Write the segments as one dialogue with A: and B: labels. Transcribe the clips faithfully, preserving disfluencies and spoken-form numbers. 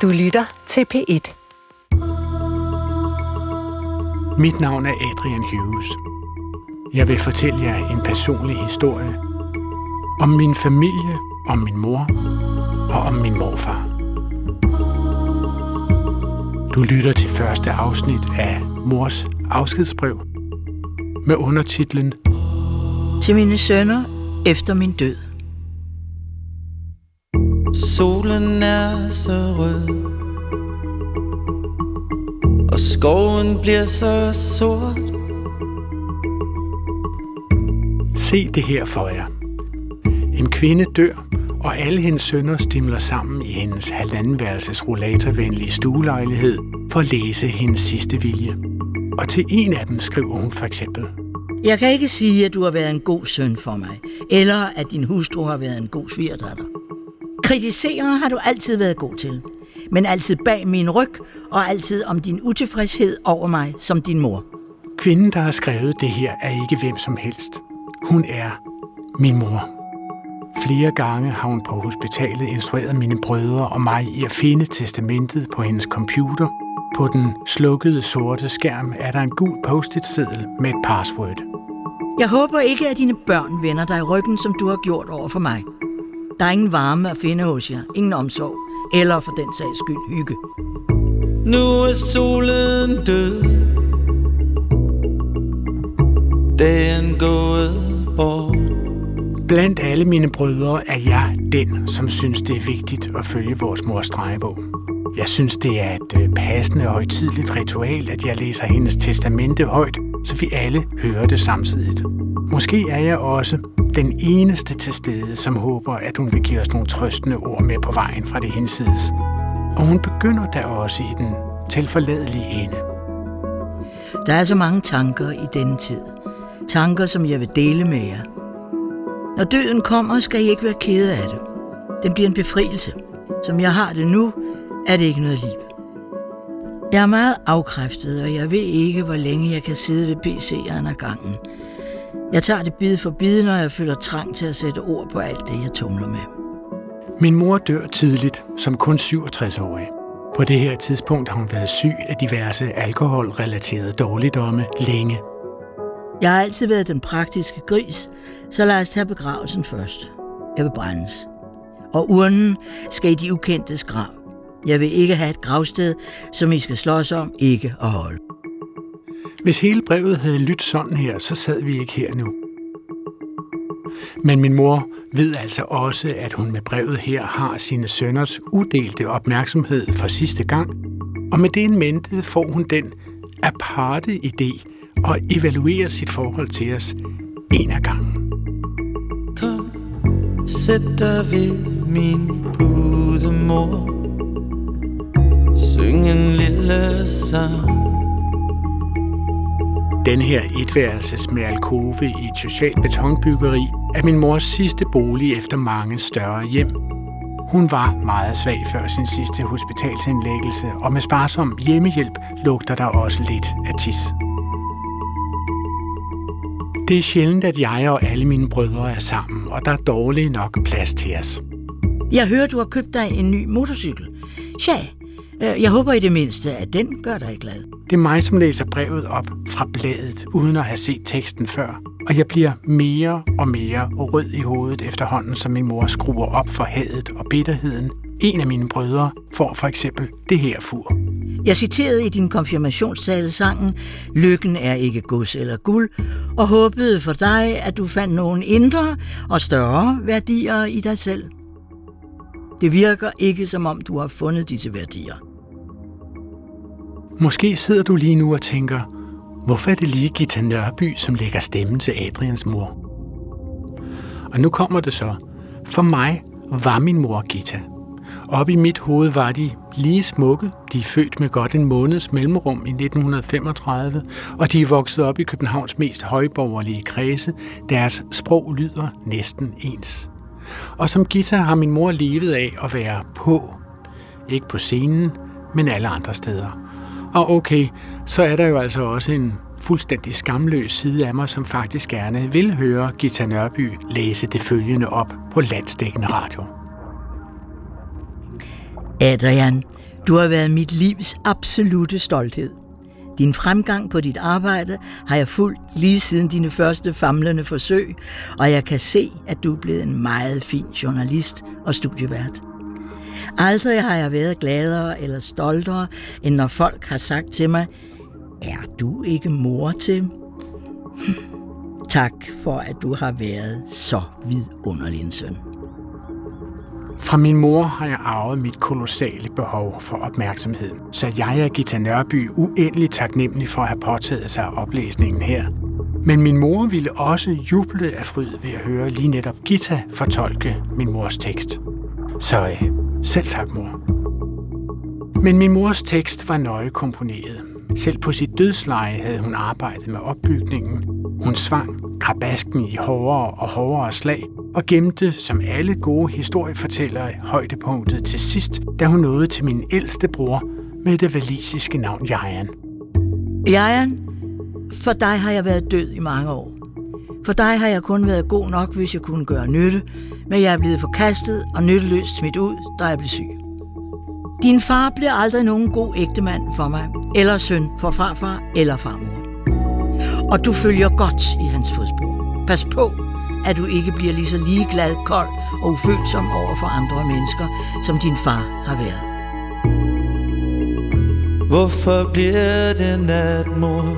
A: Du lytter til P et.
B: Mit navn er Adrian Hughes. Jeg vil fortælle jer en personlig historie om min familie, om min mor og om min morfar. Du lytter til første afsnit af Mors afskedsbrev med undertitlen
C: Til mine sønner efter min død.
D: Solen er så rød, og skoven bliver så sort.
B: Se det her for jer. En kvinde dør, og alle hendes sønner stimler sammen i hendes halvandenværelses rollatorvenlige stuelejlighed for at læse hendes sidste vilje. Og til en af dem skriver hun for eksempel:
C: Jeg kan ikke sige, at du har været en god søn for mig, eller at din hustru har været en god svigerdatter. Kritisere har du altid været god til, men altid bag min ryg, og altid om din utilfredshed over mig som din mor.
B: Kvinden, der har skrevet det her, er ikke hvem som helst. Hun er min mor. Flere gange har hun på hospitalet instrueret mine brødre og mig i at finde testamentet på hendes computer. På den slukkede sorte skærm er der en gul post-it-seddel med et password.
C: Jeg håber ikke, at dine børn vender dig i ryggen, som du har gjort over for mig. Der er ingen varme at finde hos jer, ingen omsorg, eller for den sags skyld hygge.
D: Nu er solen død, dagen gået bort.
B: Blandt alle mine brødre er jeg den, som synes, det er vigtigt at følge vores mors drejebog. Jeg synes, det er et passende og højtideligt ritual, at jeg læser hendes testamente højt, så vi alle hører det samtidigt. Måske er jeg også den eneste til stede, som håber, at hun vil give os nogle trøstende ord med på vejen fra det hinsides. Og hun begynder da også i den tilforladelige ende.
C: Der er så mange tanker i denne tid. Tanker, som jeg vil dele med jer. Når døden kommer, skal I ikke være kede af det. Den bliver en befrielse. Som jeg har det nu, er det ikke noget liv. Jeg er meget afkræftet, og jeg ved ikke, hvor længe jeg kan sidde ved P C'eren ad gangen. Jeg tager det bid for bid, når jeg føler trang til at sætte ord på alt det, jeg tumler med.
B: Min mor dør tidligt, som kun syvogtres-årig. På det her tidspunkt har hun været syg af diverse alkoholrelaterede dårligdomme længe.
C: Jeg har altid været den praktiske gris, så lad os tage begravelsen først. Jeg vil brændes. Og urnen skal i de ukendtes grav. Jeg vil ikke have et gravsted, som I skal slås om ikke at holde.
B: Hvis hele brevet havde lyttet sådan her, så sad vi ikke her nu. Men min mor ved altså også, at hun med brevet her har sine sønners udelte opmærksomhed for sidste gang, og med det en mente får hun den aparte idé at evaluere sit forhold til os en af gangen.
D: Kom, sæt dig ved min pudemor, syng en lille sang.
B: Den her etværelses med alkove i et socialt betonbyggeri er min mors sidste bolig efter mange større hjem. Hun var meget svag før sin sidste hospitalsindlæggelse, og med sparsom hjemmehjælp lugter der også lidt af tis. Det er sjældent, at jeg og alle mine brødre er sammen, og der er dårligt nok plads til os.
C: Jeg hører, du har købt dig en ny motorcykel. Tja, jeg håber i det mindste, at den gør dig glad.
B: Det er mig, som læser brevet op fra bladet, uden at have set teksten før. Og jeg bliver mere og mere rød i hovedet efterhånden, som min mor skruer op for hadet og bitterheden. En af mine brødre får for eksempel det her fur.
C: Jeg citerede i din konfirmationstale sangen "Lykken er ikke gods eller guld", og håbede for dig, at du fandt nogle indre og større værdier i dig selv. Det virker ikke, som om du har fundet disse værdier.
B: Måske sidder du lige nu og tænker, hvorfor er det lige Githa Nørby, som lægger stemmen til Adrians mor? Og nu kommer det så. For mig var min mor Githa. Oppe i mit hoved var de lige smukke. De er født med godt en måneds mellemrum i nitten femogtredive, og de er vokset op i Københavns mest højborgerlige kredse. Deres sprog lyder næsten ens. Og som Githa har min mor levet af at være på. Ikke på scenen, men alle andre steder. Og okay, så er der jo altså også en fuldstændig skamløs side af mig, som faktisk gerne vil høre Githa Nørby læse det følgende op på landsdækkende radio.
C: Adrian, Du har været mit livs absolute stolthed. Din fremgang på dit arbejde har jeg fulgt lige siden dine første famlende forsøg, og jeg kan se, at du er blevet en meget fin journalist og studievært. Aldrig har jeg været gladere eller stoltere, end når folk har sagt til mig, er du ikke mor til? Tak for, at du har været så vidunderlig en søn.
B: Fra min mor har jeg arvet mit kolossale behov for opmærksomhed, så jeg er Ghita Nørby uendelig taknemmelig for at have påtaget sig oplæsningen her. Men min mor ville også juble af fryd ved at høre lige netop Ghita fortolke min mors tekst. Så øh, selv tak, mor. Men min mors tekst var nøje komponeret. Selv på sit dødsleje havde hun arbejdet med opbygningen. Hun svang krabasken i hårdere og hårdere slag og gemte, som alle gode historiefortællere, højdepunktet til sidst, da hun nåede til min ældste bror med det walisiske navn Jajan.
C: Jajan, for dig har jeg været død i mange år. For dig har jeg kun været god nok, hvis jeg kunne gøre nytte, men jeg er blevet forkastet og nytteløst smidt ud, da jeg blev syg. Din far bliver aldrig nogen god ægtemand for mig, eller søn for farfar eller farmor. Og du følger godt i hans fodspor. Pas på, at du ikke bliver lige så ligeglad, kold og ufølsom over for andre mennesker, som din far har været.
D: Hvorfor bliver det nat, mor?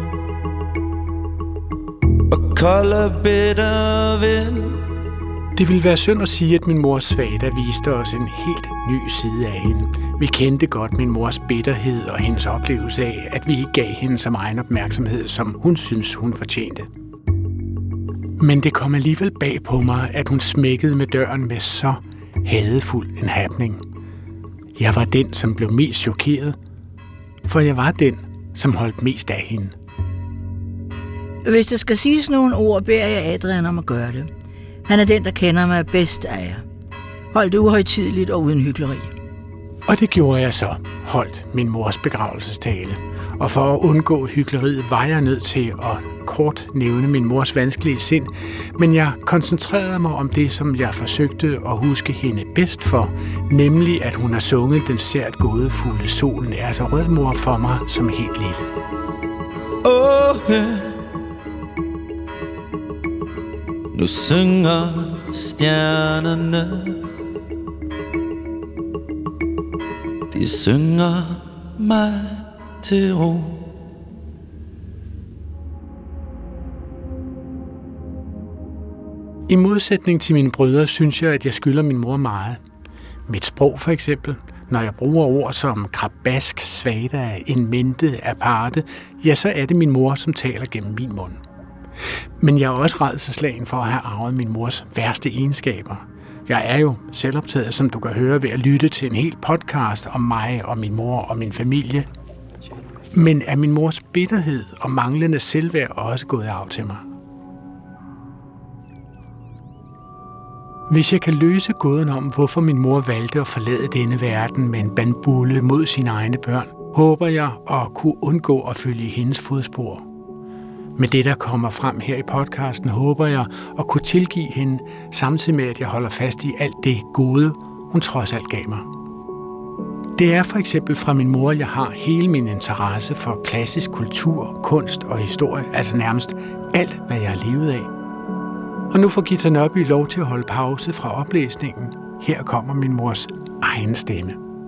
D: Og kold og bitter vind.
B: Det ville være synd at sige, at min mors svada viste os en helt ny side af hende. Vi kendte godt min mors bitterhed og hendes oplevelse af, at vi ikke gav hende så meget opmærksomhed, som hun synes, hun fortjente. Men det kom alligevel bag på mig, at hun smækkede med døren med så hadefuld en happening. Jeg var den, som blev mest chokeret, for jeg var den, som holdt mest af hende.
C: Hvis der skal siges nogle ord, beder jeg Adrian om at gøre det. Han er den, der kender mig bedst af jer. Hold det uhøjtideligt og uden hykleri.
B: Og det gjorde jeg så, holdt min mors begravelsestale. Og for at undgå hykleriet var jeg nødt til at kort nævne min mors vanskelige sind, men jeg koncentrerede mig om det, som jeg forsøgte at huske hende bedst for, nemlig at hun har sunget den sært gådefulde Solen er så rød, mor, for mig som helt lille.
D: Åh, yeah. Nu synger stjernerne. De synger mig til ro.
B: I modsætning til mine brødre, synes jeg, at jeg skylder min mor meget. Mit sprog for eksempel. Når jeg bruger ord som krabask, svada, en mente, aparte, ja, så er det min mor, som taler gennem min mund. Men jeg er også rædselsslagen for at have arvet min mors værste egenskaber. Jeg er jo selvoptaget, som du kan høre, ved at lytte til en hel podcast om mig og min mor og min familie. Men er min mors bitterhed og manglende selvværd også gået af til mig? Hvis jeg kan løse gåden om, hvorfor min mor valgte at forlade denne verden med en bandbulle mod sine egne børn, håber jeg at kunne undgå at følge hendes fodspor. Med det, der kommer frem her i podcasten, håber jeg at kunne tilgive hende, samtidig med, at jeg holder fast i alt det gode, hun trods alt gav mig. Det er for eksempel fra min mor, jeg har hele min interesse for klassisk kultur, kunst og historie, altså nærmest alt, hvad jeg har levet af. Og nu får Ghita Nørby lov til at holde pause fra oplæsningen. Her kommer min mors egen stemme.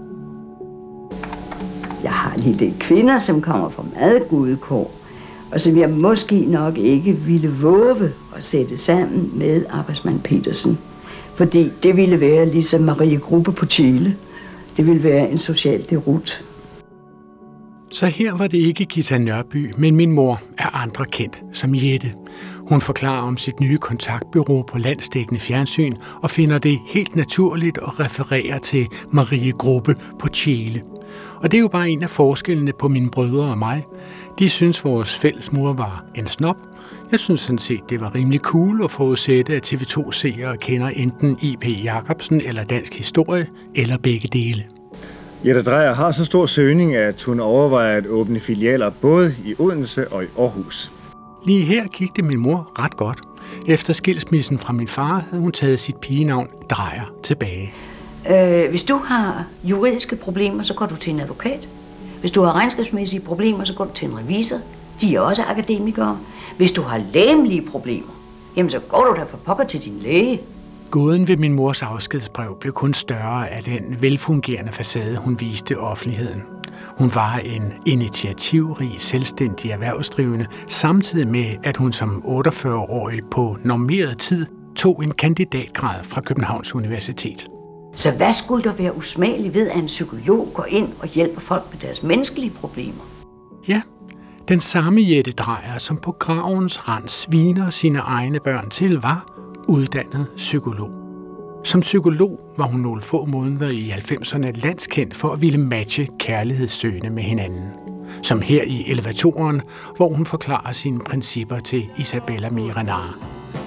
A: Jeg har lige det kvinder, som kommer fra meget gode kår, og som jeg måske nok ikke ville våge at sætte sammen med arbejdsmand Petersen. Fordi det ville være ligesom Marie Grubbe på Tjele. Det ville være en social derut.
B: Så her var det ikke Ghita Nørby, men min mor er andre kendt som Jette. Hun forklarer om sit nye kontaktbureau på landsdækkende fjernsyn og finder det helt naturligt at referere til Marie Grubbe på Tjele. Og det er jo bare en af forskellene på mine brødre og mig. De synes, vores fælles mor var en snob. Jeg synes sådan set, det var rimelig cool at forudsætte, at T V to-seere kender enten I P Jacobsen eller dansk historie, eller begge dele.
E: Jette Drejer har så stor søgning, at hun overvejer at åbne filialer både i Odense og i Aarhus.
B: Lige her gik det min mor ret godt. Efter skilsmissen fra min far havde hun taget sit pigenavn Drejer tilbage.
A: Øh, hvis du har juridiske problemer, så går du til en advokat. Hvis du har regnskabsmæssige problemer, så går du til en revisor. De er også akademikere. Hvis du har lægelige problemer, jamen så går du da for pokker til din læge.
B: Gåden ved min mors afskedsbrev blev kun større af den velfungerende facade, hun viste offentligheden. Hun var en initiativrig, selvstændig erhvervsdrivende, samtidig med, at hun som otteogfyrre-årig på normeret tid tog en kandidatgrad fra Københavns Universitet.
A: Så hvad skulle der være usmageligt ved, at en psykolog går ind og hjælper folk med deres menneskelige problemer?
B: Ja, den samme Jette Drejer, som på gravens rand sviner sine egne børn til, var uddannet psykolog. Som psykolog var hun nogle få måneder i halvfemserne landskendt for at ville matche kærlighedssøgende med hinanden. Som her i Elevatoren, hvor hun forklarer sine principper til Isabella Miranar.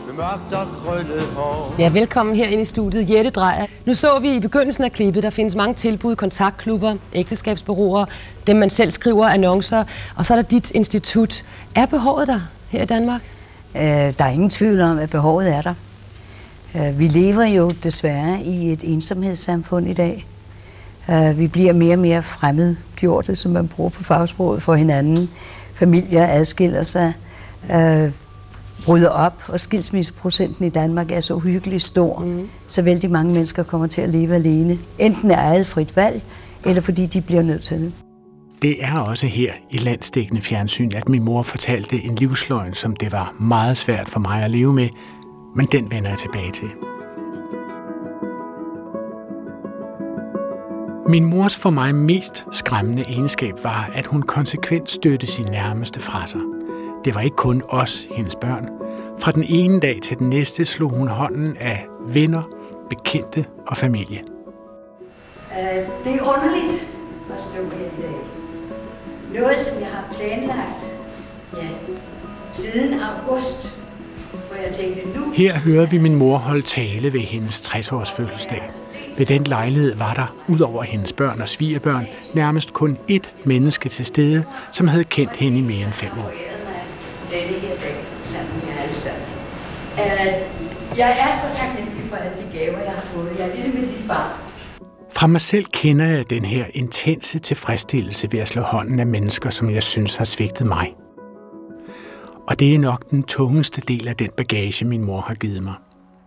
F: Ja, velkommen her ind i studiet, Jette Drejer. Nu så vi i begyndelsen af klippet, der findes mange tilbud, kontaktklubber, ægteskabsbureauer, dem man selv skriver annoncer, og så er der dit institut. Er behovet der her i Danmark?
A: Øh, der er ingen tvivl om, at behovet er der. Øh, vi lever jo desværre i et ensomhedssamfund i dag. Øh, vi bliver mere og mere fremmedgjorte, som man bruger på fagsproget, for hinanden. Familier adskiller sig, øh, bryder op, og skilsmisseprocenten i Danmark er så uhyggeligt stor, mm. så vældig mange mennesker kommer til at leve alene. Enten er eget frit valg, eller fordi de bliver nødt til det.
B: Det er også her i landsdækkende fjernsyn, at min mor fortalte en livsløgn, som det var meget svært for mig at leve med, men den vender jeg tilbage til. Min mors for mig mest skræmmende egenskab var, at hun konsekvent stødte sin nærmeste fra sig. Det var ikke kun os, hendes børn. Fra den ene dag til den næste slog hun hånden af venner, bekendte og familie.
A: Uh, det er underligt at stå her i dag. Noget, som jeg har planlagt ja, siden august, hvor jeg tænkte nu...
B: Her hører vi min mor holde tale ved hendes tres-års fødselsdag. Ved den lejlighed var der, ud over hendes børn og svigerbørn, nærmest kun ét menneske til stede, som havde kendt hende i mere end fem år.
A: Denne her dag, sammen med alle sammen. Uh, jeg er så taknemmelig for alle de gaver, jeg har fået. Jeg er ligesom et lille barn.
B: Fra mig selv kender jeg den her intense tilfredsstillelse ved at slå hånden af mennesker, som jeg synes har svigtet mig. Og det er nok den tungeste del af den bagage, min mor har givet mig.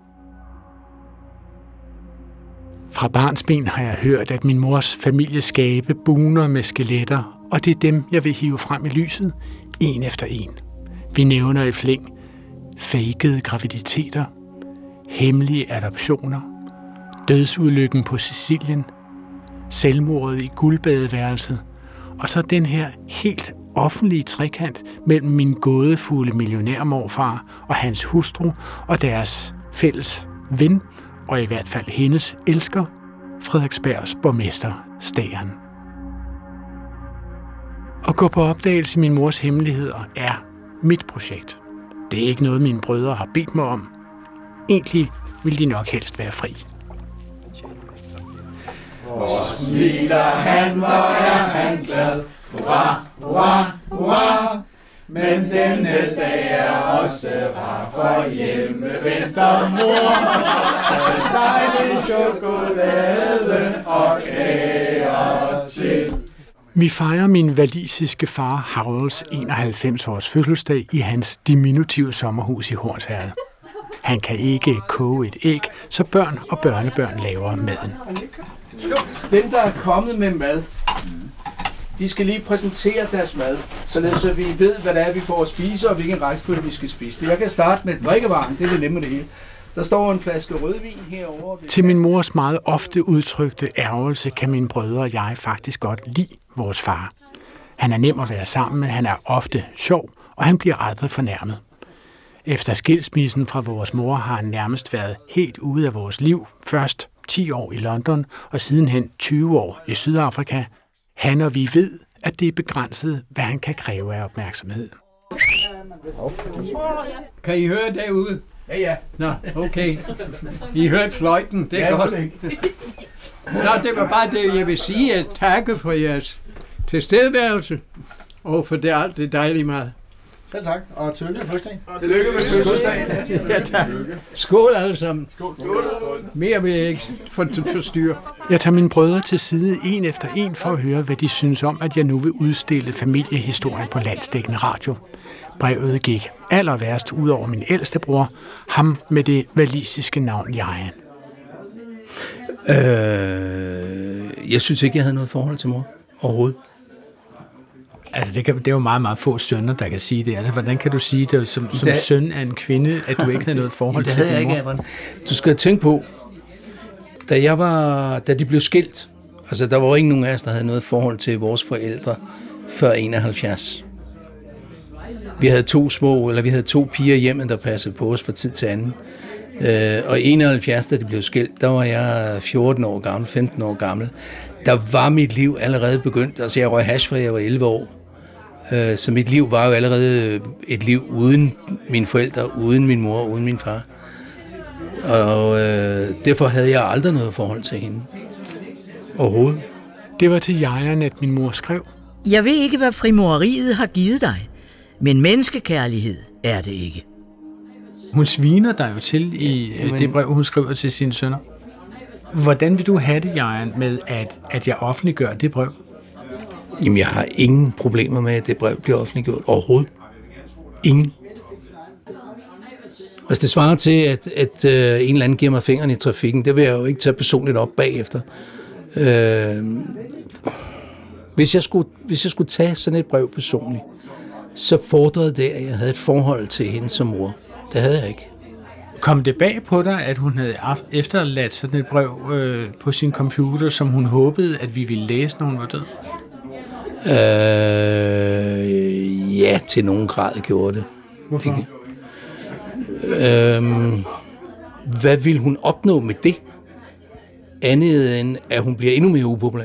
B: Fra barnsben har jeg hørt, at min mors familieskabe buner med skeletter, og det er dem, jeg vil hive frem i lyset, en efter en. Vi nævner i flæng fakede graviditeter, hemmelige adoptioner, dødsulykken på Sicilien, selvmordet i guldbadeværelset, og så den her helt offentlige trekant mellem min gådefulde millionærmorfar og hans hustru og deres fælles ven, og i hvert fald hendes elsker, Frederiksbergs borgmester Stagern. At gå på opdagelse i min mors hemmeligheder er mit projekt. Det er ikke noget, mine brødre har bedt mig om. Egentlig vil de nok helst være fri.
G: Hvor smiler han, hvor er han glad. Hurra, hurra, hurra. Men denne dag er også rar, for hjemme venter mor. Dejlig chokolade og kager til.
B: Vi fejrer min walisiske far Harolds enoghalvfems-års fødselsdag i hans diminutive sommerhus i Hornsherred. Han kan ikke koge et æg, så børn og børnebørn laver maden.
G: Dem, der er kommet med mad, de skal lige præsentere deres mad, så vi ved, hvad det er, vi får at spise, og hvilken rækkefølge vi skal spise. Jeg kan starte med drikkevaren, det er det nemme det hele. Der står en flaske rødvin herovre.
B: Til min mors meget ofte udtrykte ærgelse kan mine brødre og jeg faktisk godt lide vores far. Han er nem at være sammen med, han er ofte sjov, og han bliver aldrig fornærmet. Efter skilsmissen fra vores mor har han nærmest været helt ude af vores liv. Først ti år i London, og sidenhen tyve år i Sydafrika. Han og vi ved, at det er begrænset, hvad han kan kræve af opmærksomhed.
H: Kan I høre derude?
G: Ja, ja.
H: Nå, okay. I hørte fløjten, det er ja, godt. Nå, det var bare det, jeg vil sige, at takke for jeres tilstedeværelse, og for det alt det dejlige mad.
I: Selv tak, og tillykke med fødselsdagen.
G: Tillykke med fødselsdagen.
H: Ja, tak. Skål alle sammen. Skål. Skål. Mere vil jeg ikke forstyrre.
B: Jeg tager mine brødre til side en efter en for at høre, hvad de synes om, at jeg nu vil udstille familiehistorien på landsdækkende radio. Brevet gik aller værst ud over min ældste bror, ham med det walisiske navn Jajan.
J: Øh, jeg synes ikke, jeg havde noget forhold til mor overhovedet.
B: Altså, det, kan, det er jo meget, meget få sønner, der kan sige det. Altså, hvordan kan du sige det som, som da, søn af en kvinde, at du ikke havde noget forhold til din mor?
J: Ikke, du skal tænke på, da, jeg var, da de blev skilt, altså der var ikke nogen af os, der havde noget forhold til vores forældre før enoghalvfjerds. Vi havde to små, eller vi havde to piger hjemme, der passede på os fra tid til anden. Øh, og i enoghalvfjerds, da de blev skilt, der var jeg fjorten år gammel, femten år gammel. Der var mit liv allerede begyndt. Altså jeg røg hash, fra jeg var elleve år. Øh, så mit liv var jo allerede et liv uden mine forældre, uden min mor, uden min far. Og øh, derfor havde jeg aldrig noget forhold til hende. Overhovedet.
B: Det var til Jajan, at min mor skrev.
C: Jeg ved ikke, hvad frimureriet har givet dig, men menneskekærlighed er det ikke.
B: Hun sviner dig jo til i Jamen. det brev, hun skriver til sine sønner. Hvordan vil du have det, Jajan, med at, at jeg offentliggør det brev?
J: Jamen, jeg har ingen problemer med, at det brev bliver offentliggjort overhovedet. Ingen. Hvis det svarer til, at, at uh, en eller anden giver mig fingeren i trafikken, det vil jeg jo ikke tage personligt op bagefter. Uh, hvis, jeg skulle, hvis jeg skulle tage sådan et brev personligt, så fordrede det, at jeg havde et forhold til hende som mor. Det havde jeg ikke.
B: Kom det bag på dig, at hun havde efterladt sådan et brev øh, på sin computer, som hun håbede, at vi ville læse, når hun var død?
J: Øh, ja, til nogen grad gjorde det.
B: Hvorfor?
J: Øh, hvad vil hun opnå med det? Andet end, at hun bliver endnu mere upopulær.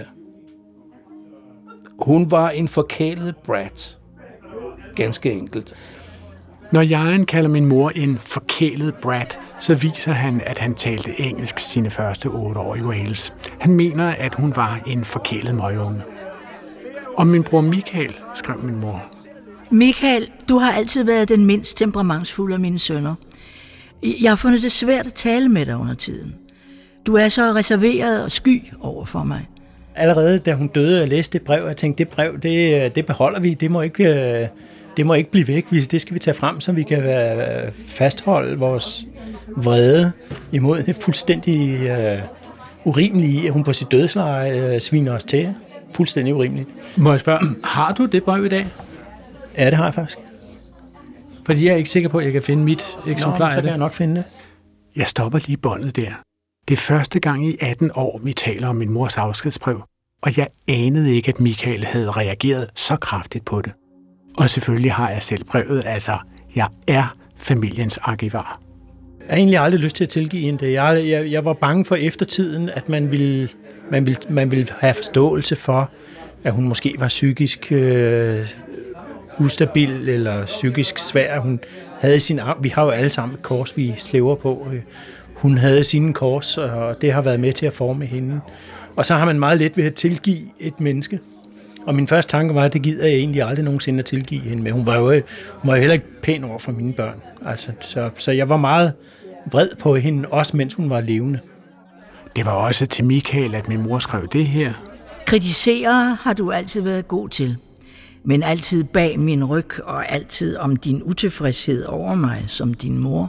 J: Hun var en forkælet brat. Ganske enkelt.
B: Når Jajan kalder min mor en forkælet brat, så viser han, at han talte engelsk sine første otte år i Wales. Han mener, at hun var en forkælet møgunge. Og min bror Michael, skrev min mor.
C: Michael, du har altid været den mindst temperamentsfulde af mine sønner. Jeg har fundet det svært at tale med dig under tiden. Du er så reserveret og sky over for mig.
K: Allerede da hun døde, jeg læste det brev, og jeg tænkte, det brev, det, det beholder vi. Det må ikke... Det må ikke blive væk. Det skal vi tage frem, så vi kan fastholde vores vrede imod det fuldstændig uh, urimelige, at hun på sit dødsleje uh, sviner os til. Fuldstændig urimeligt.
B: Må jeg spørge, har du det brev i dag?
K: Ja, det har jeg faktisk.
B: Fordi jeg er ikke sikker på, at jeg kan finde mit eksemplar.
K: Nå, så kan jeg nok finde det.
B: Jeg stopper lige båndet der. Det er første gang i atten år, vi taler om min mors afskedsbrev, og jeg anede ikke, at Michael havde reageret så kraftigt på det. Og selvfølgelig har jeg selv brevet, altså, jeg er familiens arkivar.
K: Jeg har egentlig aldrig lyst til at tilgive hende det. Jeg, jeg, jeg var bange for eftertiden, at man ville, man ville, man ville have forståelse for, at hun måske var psykisk øh, ustabil eller psykisk svær. Hun havde sin arm. Vi har jo alle sammen et kors, vi slæver på. Hun havde sine kors, og det har været med til at forme hende. Og så har man meget let ved at tilgive et menneske. Og min første tanke var, at det gider jeg egentlig aldrig nogensinde at tilgive hende med. Hun var jo, hun var jo heller ikke pæn over for mine børn. Altså, så, så jeg var meget vred på hende, også mens hun var levende.
B: Det var også til Michael, at min mor skrev det her.
C: Kritisere har du altid været god til, men altid bag min ryg og altid om din utilfredshed over mig som din mor.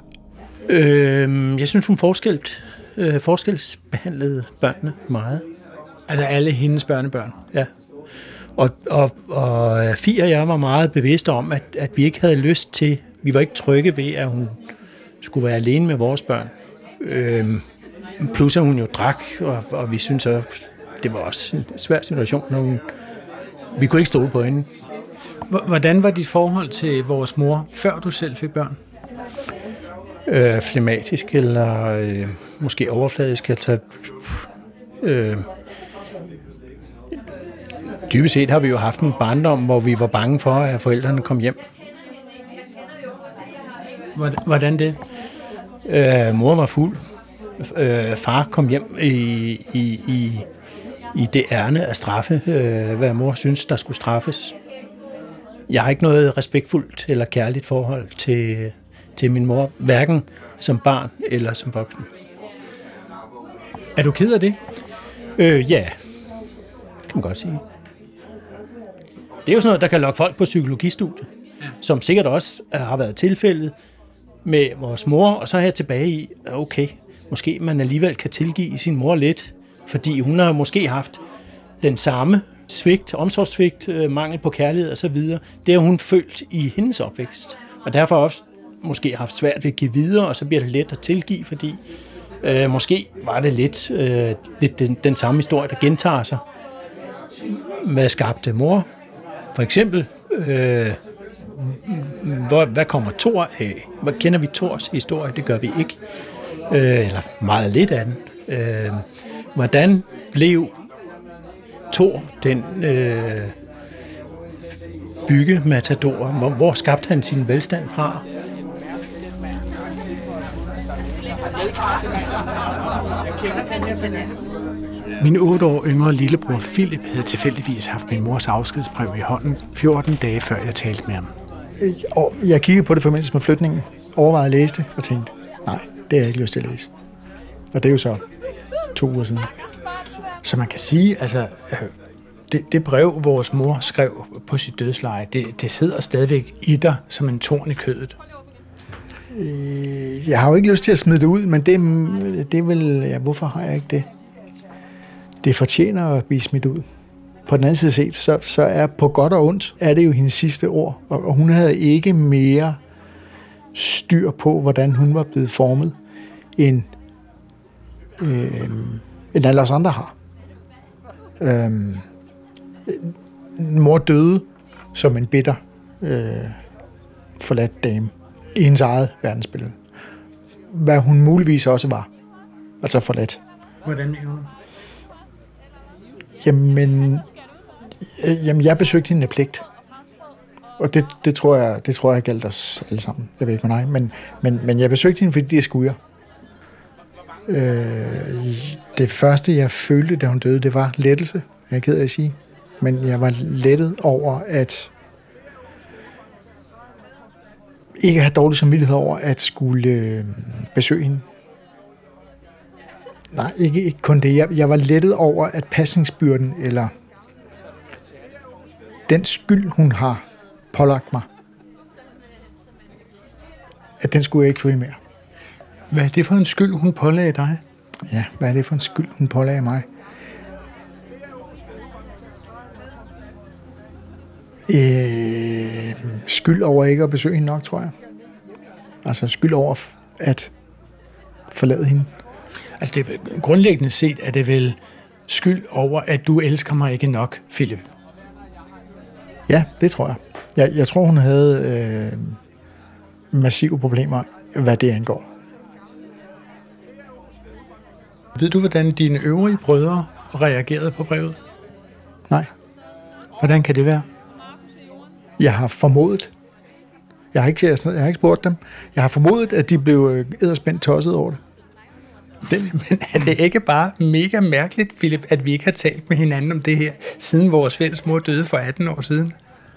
K: Øh, jeg synes, hun forskelt, øh, forskelsbehandlede børnene meget.
B: Altså alle hendes børnebørn?
K: Ja. Og, og, og Fie og jeg var meget bevidste om, at, at vi ikke havde lyst til, vi var ikke trygge ved, at hun skulle være alene med vores børn. Øhm, plus at hun jo drak, og, og vi synes at det var også en svær situation, når hun, vi kunne ikke stole på hende.
B: Hvordan var dit forhold til vores mor, før du selv fik børn?
K: Øh, flematisk, eller øh, måske overfladisk. Altså, øh, dybest set har vi jo haft en barndom, hvor vi var bange for, at forældrene kom hjem.
B: Hvordan det?
K: Øh, mor var fuld. Øh, far kom hjem i, i, i, i det ærne af straffe, øh, hvad mor synes, der skulle straffes. Jeg har ikke noget respektfuldt eller kærligt forhold til, til min mor, hverken som barn eller som voksen.
B: Er du ked af det?
K: Øh, ja, kan man godt sige. Det er jo sådan noget, der kan lokke folk på psykologistudiet, ja. Som sikkert også har været tilfældet med vores mor, og så er jeg tilbage i, okay, måske man alligevel kan tilgive sin mor lidt, fordi hun har måske haft den samme svigt, omsorgssvigt, mangel på kærlighed og så videre. Det har hun følt i hendes opvækst, og derfor også måske haft svært ved at give videre, og så bliver det let at tilgive, fordi øh, måske var det lidt, øh, lidt den, den samme historie, der gentager sig. Hvad skabte mor? For eksempel, øh, hvor, hvad kommer Thor af? Hvad kender vi Thors historie? Det gør vi ikke. Øh, eller meget lidt af den. Øh, hvordan blev Thor den øh, byggematador? Hvor, hvor skabte han sin velstand fra?
B: Min otte år yngre lillebror Philip havde tilfældigvis haft min mors afskedsbrev i hånden fjorten dage før jeg talte med ham.
I: Jeg kiggede på det forbindelse med flytningen, overvejede at læse det og tænkte, nej, det har jeg ikke lyst til at læse. Og det er jo så to uger siden.
B: Så man kan sige, altså, det, det brev, vores mor skrev på sit dødsleje, det, det sidder stadigvæk i dig som en torn i kødet.
I: Jeg har jo ikke lyst til at smide det ud, men det, det er vel, ja, hvorfor har jeg ikke det? Det fortjener at blive smidt ud. På den anden side set, så, så er på godt og ondt, er det jo hendes sidste ord, og hun havde ikke mere styr på, hvordan hun var blevet formet, end, øh, end alle os andre har. Øh, mor døde som en bitter, øh, forladt dame i hendes eget verdensbillede. Hvad hun muligvis også var, altså forladt.
B: Hvordan mener du?
I: Jamen, jamen, jeg besøgte hende af pligt. Og det, det, tror jeg, det tror jeg galt os alle sammen. Jeg ved ikke med nej, men, men, men jeg besøgte hende, fordi det er skujer. Øh, det første, jeg følte, da hun døde, det var lettelse. Jeg er ked af at sige. Men jeg var lettet over, at ikke have dårlig samvittighed over, at skulle øh, besøge hende. Nej, ikke, ikke kun det. Jeg, jeg var lettet over, at pasningsbyrden, eller den skyld, hun har pålagt mig, at den skulle jeg ikke føle mere.
B: Hvad er det for en skyld, hun pålagde dig?
I: Ja, hvad er det for en skyld, hun pålagde mig? Øh, skyld over ikke at besøge hende nok, tror jeg. Altså skyld over at forlade hende.
B: Altså det, grundlæggende set er det vel skyld over, at du elsker mig ikke nok, Philip?
I: Ja, det tror jeg. Jeg, jeg tror, hun havde øh, massive problemer, hvad det angår.
B: Ved du, hvordan dine øvrige brødre reagerede på brevet?
I: Nej.
B: Hvordan kan det være?
I: Jeg har formodet. Jeg har ikke, jeg har ikke spurgt dem. Jeg har formodet, at de blev edderspændt tosset over det.
B: Den, men er det ikke bare mega mærkeligt, Philip, at vi ikke har talt med hinanden om det her, siden vores fælles mor døde for atten år siden?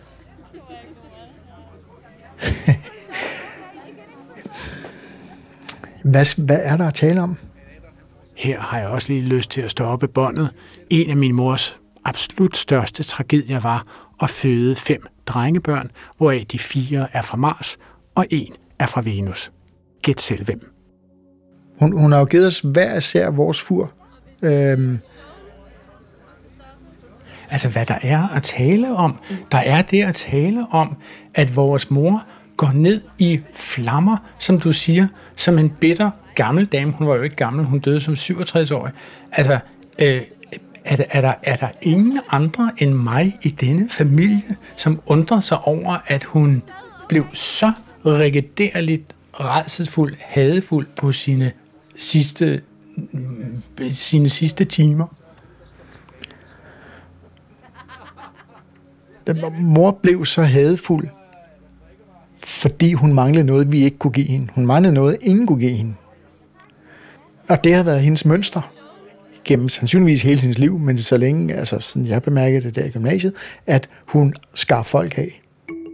I: hvad, hvad er der at tale om?
B: Her har jeg også lige lyst til at stoppe båndet. En af min mors absolut største tragedier var at føde fem drengebørn, hvoraf de fire er fra Mars, og en er fra Venus. Gæt selv hvem.
I: Hun, hun har jo givet os hver især vores fur. Øhm.
B: Altså, hvad der er at tale om, der er det at tale om, at vores mor går ned i flammer, som du siger, som en bitter gammel dame. Hun var jo ikke gammel, hun døde som syvogtres-årig. Altså, øh, er, der, er, der, er der ingen andre end mig i denne familie, som undrer sig over, at hun blev så regiderligt rædselsfuld, hadefuld på sine sidste, sine sidste timer?
I: Mor blev så hadefuld, fordi hun manglede noget, vi ikke kunne give hende. Hun manglede noget, ingen kunne give hende. Og det har været hendes mønster gennem sandsynligvis hele hendes liv, men så længe, altså sådan jeg bemærkede det der i gymnasiet, at hun skar folk af.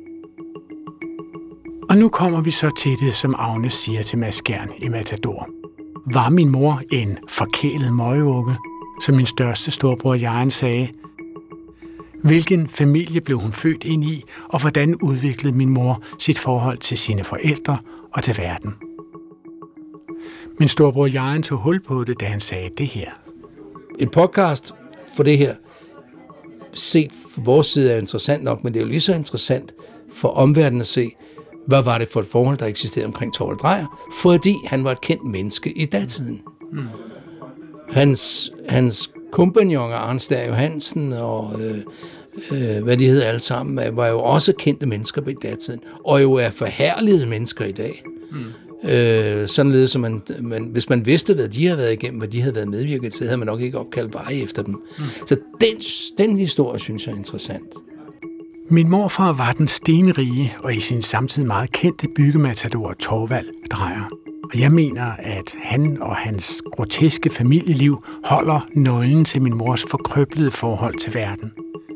B: Og nu kommer vi så til det, som Agnes siger til Mads Skjern i Matador. Var min mor en forkælet møgeukke, som min største storbror Jaren sagde? Hvilken familie blev hun født ind i, og hvordan udviklede min mor sit forhold til sine forældre og til verden? Min storbror Jaren tog hul på det, da han sagde det her.
J: Et podcast for det her, set fra vores side, er interessant nok, men det er jo lige så interessant for omverdenen at se, hvad var det for et forhold, der eksisterede omkring Thorvald Drejer, fordi han var et kendt menneske i datiden. Mm. Hans, hans kompagnoner, Arnstad Johansen og øh, øh, hvad de hedder alle sammen, var jo også kendte mennesker i datiden, og jo er forherligede mennesker i dag. Mm. Øh, således, som man, man, hvis man vidste, hvad de havde været igennem, hvad de havde været medvirket til, havde man nok ikke opkaldt veje efter dem. Mm. Så den, den historie, synes jeg er interessant.
B: Min morfar var den stenrige og i sin samtid meget kendte byggematador Thorvald Drejer. Og jeg mener, at han og hans groteske familieliv holder nøglen til min mors forkrøblede forhold til verden.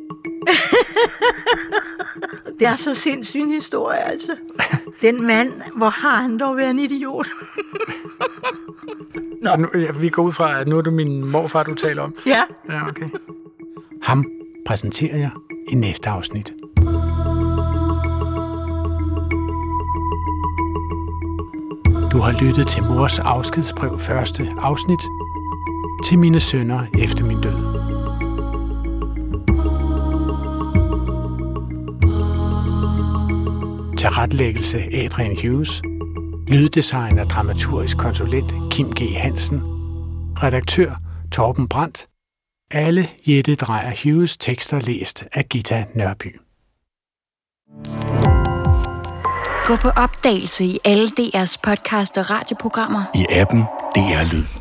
C: Det er så sindssyg en historie, altså. Den mand, hvor har han dog været en idiot?
B: Nå. Nu, ja, vi går ud fra, at nu er det min morfar, du taler om.
C: Ja.
B: Ja, okay. Ham præsenterer jeg i næste afsnit. Du har lyttet til Mors afskedsbrev første afsnit til mine sønner efter min død. Tilrettelæggelse Adrian Hughes. Lyddesign og dramaturgisk konsulent Kim G. Hansen. Redaktør Torben Brandt. Alle Jette Drejer Hughes tekster læst af Gita Nørby.
L: Gå på opdagelse i alle D R's podcast og radioprogrammer.
M: I appen D R Lyd.